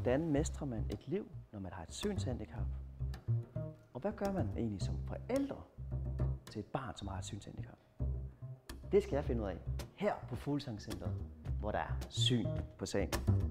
Hvordan mestrer man et liv, når man har et synshandicap? Og hvad gør man egentlig som forældre til et barn, som har et synshandicap? Det skal jeg finde ud af her på Fuglsangcentret, hvor der er syn på sagen.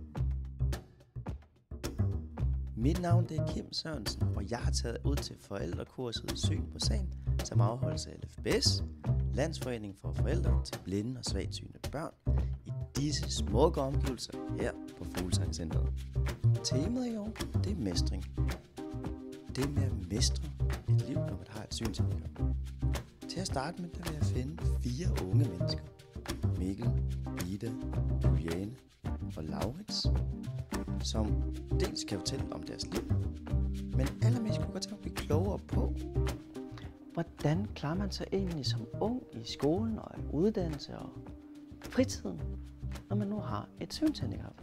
Mit navn er Kim Sørensen, og jeg har taget ud til forældrekurset Syn på sagen, som afholdes af LFBS, Landsforening for Forældre til Blinde og Svagsynede Børn, i disse smukke omgivelser her på Fuglsangcentret. Temaet i år, det er mestring. Det med at mestre et liv, når man har et synshandicap. Til at starte med, der vil jeg finde 4 unge mennesker. Mikkel, Ida, Juliane og Laurits, som dels kan fortælle om deres liv, men allermest kunne godt tænke at blive klogere på, hvordan klarer man sig egentlig som ung i skolen og i uddannelse og fritiden, når man nu har et synshandicap.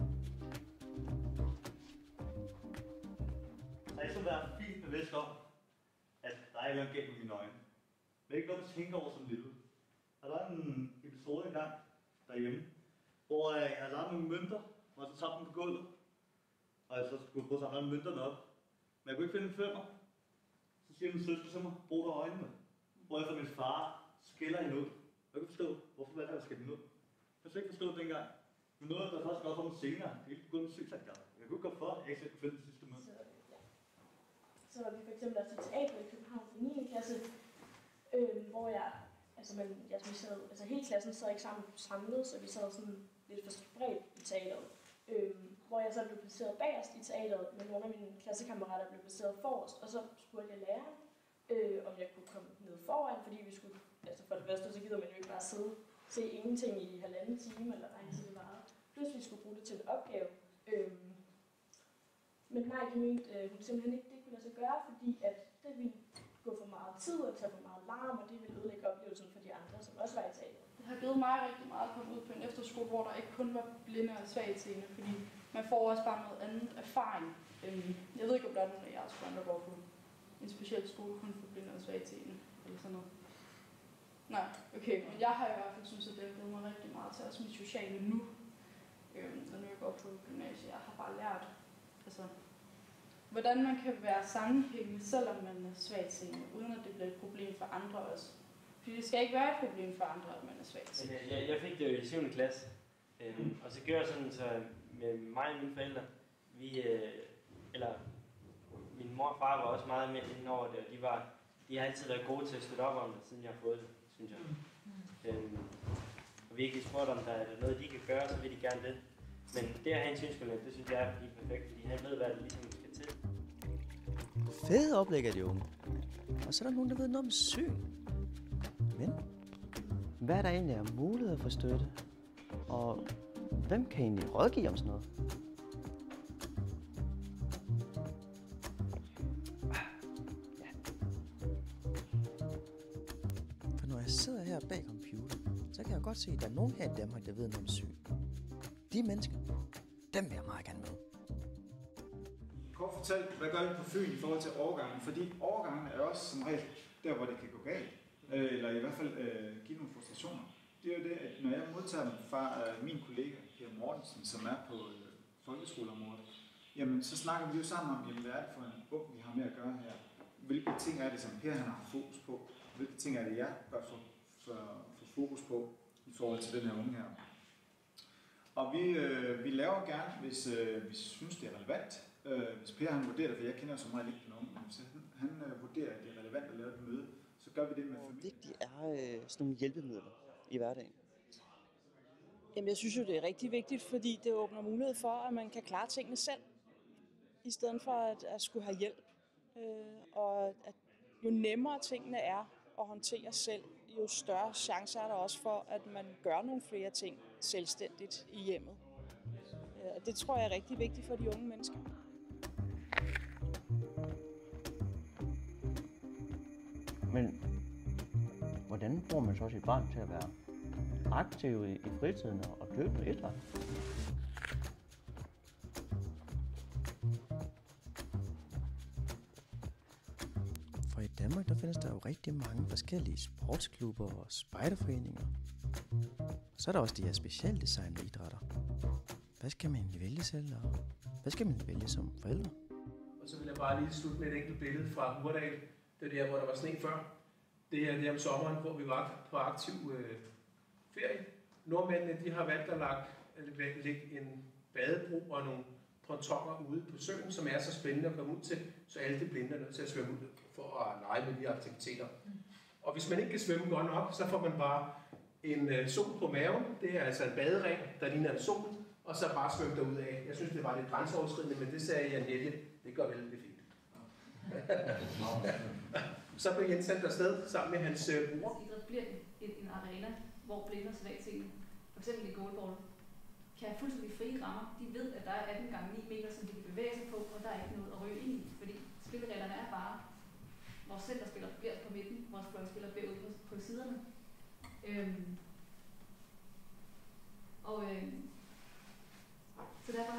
Så jeg skal være fint bevidst om, at der er noget galt med mine øjne. Det er ikke noget, man tænker over som lille. Og der er en episode engang derhjemme, hvor jeg har lavet nogle mønter, og så tabte dem på gulvet. Og jeg så skulle prøve at samle alle mønterne op. Men jeg kunne ikke finde en femmer. Så siger min søster til mig, brug der øjnene. Hvorefter min far skælder hende ud. Jeg kan forstå, hvorfor var det, jeg skælder hende ud. Jeg kan ikke forstå det dengang. Men noget, der først godt for mig senere, det er ikke begyndt med synshandicap. Jeg kunne ikke gå for, at jeg ikke selv kunne finde det sidste mønt. Så var vi for eksempel også til teater i København for 9. klasse, hvor hele klassen sad ikke sammen samlet, så vi sad sådan lidt for spredt i teateret. Hvor jeg så blev placeret bagerst i teateret, men nogle af mine klassekammerater blev placeret forrest, og så spurgte jeg læreren, om jeg kunne komme ned foran, fordi vi skulle, altså for det første, så gider man jo ikke bare sidde, se ingenting i 1,5 time, eller hvad det var. Plus vi skulle bruge det til en opgave. Men nej, de mente hun simpelthen ikke, det kunne lade sig gøre, fordi at det ville gå for meget tid og tage for meget larm, og det ville ødelægge oplevelsen for de andre, som også var i teateret. Det har givet mig rigtig meget at komme ud på en efterskole, hvor der ikke kun var blinde og svagtseende, fordi man får også bare noget andet erfaring. Jeg ved ikke, om der er nogen af jeres børn, der går på en speciel skole kun for blinde og svagtseende, eller sådan noget. Nej, okay, men jeg har i hvert fald synes, at det har givet mig rigtig meget til også mit sociale nu. Når nu jeg går på gymnasiet, jeg har bare lært, altså, hvordan man kan være sammenhængende, selvom man er svagtseende, uden at det bliver et problem for andre også. Fordi det skal ikke være et problem for andre, at man er svagtseende. Jeg fik det jo i 7. klasse, og så gjorde jeg sådan, så med mig og mine forældre, min mor og far var også meget med inden over det, og de har altid været gode til at støtte op om det, siden jeg har fået det, synes jeg. Og vi ikke spurgt, om der er noget, de kan gøre, så vil de gerne det. Men det at have en synskonsulent, det synes jeg er lige perfekt, fordi han ved, hvad det ligesom skal til. Fede oplæg af de unge. Og så er der nogen, der ved noget om syn. Men hvad er der egentlig af muligheder for støtte? Og hvem kan egentlig rådgive om sådan noget? For når jeg sidder her bag computer, så kan jeg godt se, at der er nogen her i Danmark, der ved noget om syn. De mennesker, dem vil jeg meget gerne med. Kort fortalt, hvad gør vi på Fyn i forhold til overgangen? Fordi overgangen er også som regel der, hvor det kan gå galt. Eller i hvert fald give nogle frustrationer. Det er jo det, at når jeg modtager dem fra min kollega, Per Mortensen, som er på folkeskoleområdet, jamen så snakker vi jo sammen om, jamen, hvad er det for en ung, vi har med at gøre her? Hvilke ting er det, som Per han har fokus på? Hvilke ting er det, jeg bør få fokus på i forhold til den her unge her? Og vi laver gerne, hvis vi synes, det er relevant. Hvis Per han vurderer det, for jeg kender som regel ikke på nogen, men hvis han vurderer, at det er relevant at lave et møde, så gør vi det med familien. Hvor vigtigt er sådan nogle hjælpemidler i hverdagen? Jamen, jeg synes jo, det er rigtig vigtigt, fordi det åbner mulighed for, at man kan klare tingene selv, i stedet for at skulle have hjælp. Og at jo nemmere tingene er at håndtere selv, jo større chancer er der også for, at man gør nogle flere ting selvstændigt i hjemmet. Og det tror jeg er rigtig vigtigt for de unge mennesker. Men hvordan får man så sit barn til at være aktiv i fritiden og dyrke idræt? For i Danmark der findes der jo rigtig mange forskellige sportsklubber og spejderforeninger. Så er der også de her specialdesignede idrætter. hvad skal man egentlig vælge selv, og hvad skal man vælge som forældre? Og så vil jeg bare lige slutte med et enkelt billede fra Hurdal. Det der, hvor der var sne før. Det her det er om sommeren, hvor vi var på aktiv ferie. Nordmændene de har valgt at lægge en badebro og nogle pontoner ude på søen, som er så spændende at komme ud til, så alle de blinde er nødt til at svømme ud for at lege med de aktiviteter. Og hvis man ikke kan svømme godt nok, så får man bare en sol på maven. Det er altså en badering, der ligner en sol, og så bare svømme derud af. Jeg synes, det var lidt grænseoverskridende, men det sagde Jan Helge. Det gør vel det fint. Så blev Jens sendt afsted sammen med hans bror. Idræt bliver en arena, hvor blinde og svagtseende, f.eks. i goalball, kan have fuldstændig frie rammer. De ved, at der er 18 gange 9 meter, som de kan bevæge sig på, og der er ikke noget at ryge ind i, fordi spillereglerne er bare, vores centerspiller bliver på midten, vores fløjspiller bliver ude på siderne. Så derfor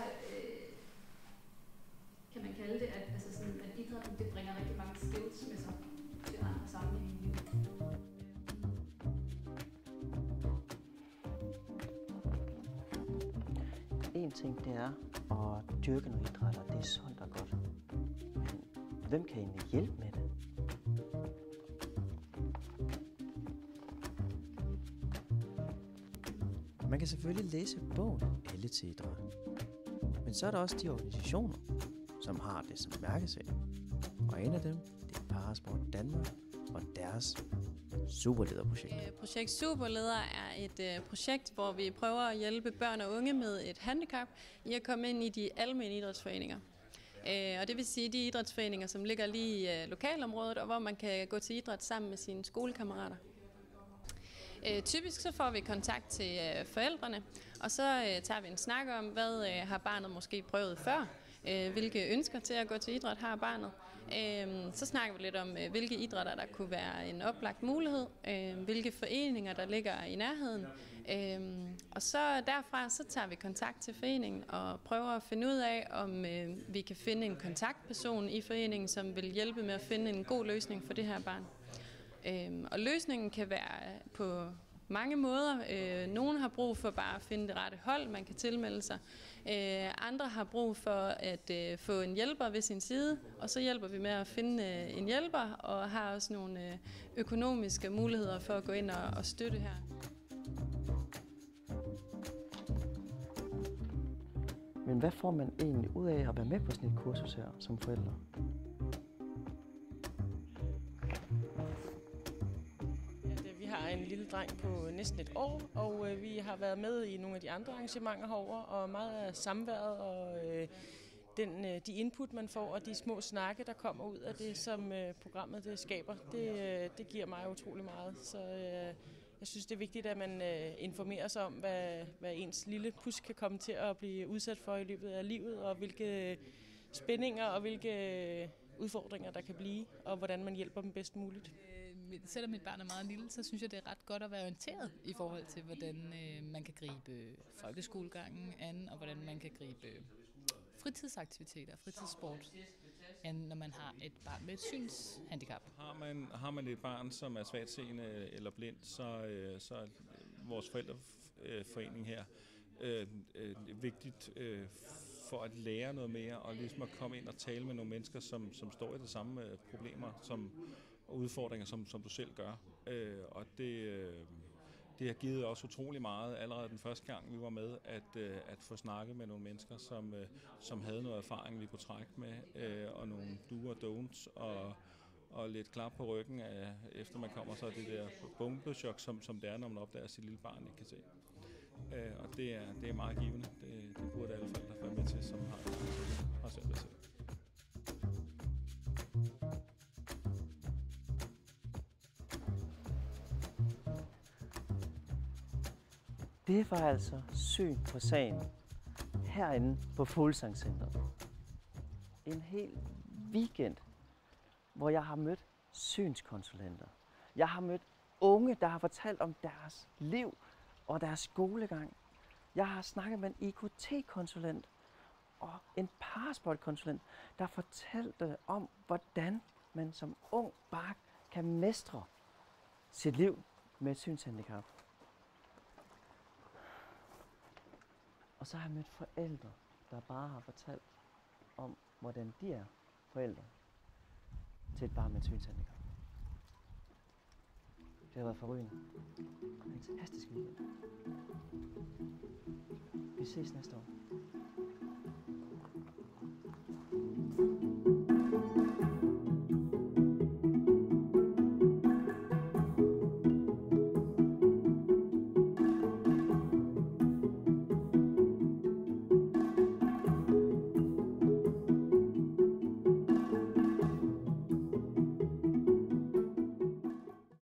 kan man kalde det, at idrætten det bringer rigtig mange skills med sig til andre sammenhænge i livet. En ting det er at dyrke noget idræt, og det er sundt og godt. Men hvem kan egentlig hjælpe med det? Man kan selvfølgelig læse bogen Elle til idræt. Men så er der også de organisationer, som har det som mærkesag. Og en af dem, det er Parasport Danmark og deres Superlederprojekt. Projekt Superleder er et projekt, hvor vi prøver at hjælpe børn og unge med et handicap i at komme ind i de almene idrætsforeninger. Og det vil sige de idrætsforeninger, som ligger lige i lokalområdet, og hvor man kan gå til idræt sammen med sine skolekammerater. Typisk så får vi kontakt til forældrene, og så tager vi en snak om, hvad har barnet måske prøvet før, hvilke ønsker til at gå til idræt har barnet. Så snakker vi lidt om, hvilke idrætter der kunne være en oplagt mulighed, hvilke foreninger der ligger i nærheden. Og så derfra så tager vi kontakt til foreningen og prøver at finde ud af, om vi kan finde en kontaktperson i foreningen, som vil hjælpe med at finde en god løsning for det her barn. Og løsningen kan være på mange måder. Nogle har brug for bare at finde det rette hold, man kan tilmelde sig. Andre har brug for at få en hjælper ved sin side, og så hjælper vi med at finde en hjælper, og har også nogle økonomiske muligheder for at gå ind og støtte her. Men hvad får man egentlig ud af at være med på sådan et kursus her som forældre? Vi har en lille dreng på næsten et år, og vi har været med i nogle af de andre arrangementer herovre, og meget af samværet og de input, man får, og de små snakke, der kommer ud af det, som programmet det skaber, det giver mig utrolig meget. Så jeg synes, det er vigtigt, at man informerer sig om, hvad ens lille pus kan komme til at blive udsat for i løbet af livet, og hvilke spændinger og hvilke udfordringer der kan blive, og hvordan man hjælper dem bedst muligt. Selvom mit barn er meget lille, så synes jeg, det er ret godt at være orienteret i forhold til, hvordan man kan gribe folkeskolegangen an, og hvordan man kan gribe fritidsaktiviteter, fritidssport, når man har et barn med et synshandicap. Har man et barn, som er svagtseende eller blind, så er vores forældreforening her vigtigt for at lære noget mere, og ligesom at komme ind og tale med nogle mennesker, som står i de samme problemer og udfordringer, som du selv gør. Og det har givet os utrolig meget allerede den første gang, vi var med, at få snakket med nogle mennesker, som havde noget erfaring, vi kunne trække med, og nogle do og don'ts, og lidt klap på ryggen, efter man kommer, så er det der bombechok, som det er, når man opdager, at sit lille barn ikke kan se. Og det er meget givende. Det burde alle forældre være med til, som har selv det til. Det var altså Syn på sagen herinde på Fuglsangcentret. En hel weekend, hvor jeg har mødt synskonsulenter. Jeg har mødt unge, der har fortalt om deres liv og deres skolegang. Jeg har snakket med en IKT-konsulent og en parasportkonsulent, der fortalte om, hvordan man som ung barn kan mestre sit liv med et synshandicap. Og så har jeg mødt forældre, der bare har fortalt om, hvordan de er forældre til et barn med et synshandicap. Det har været forrygende. En fantastisk weekend. Vi ses næste år.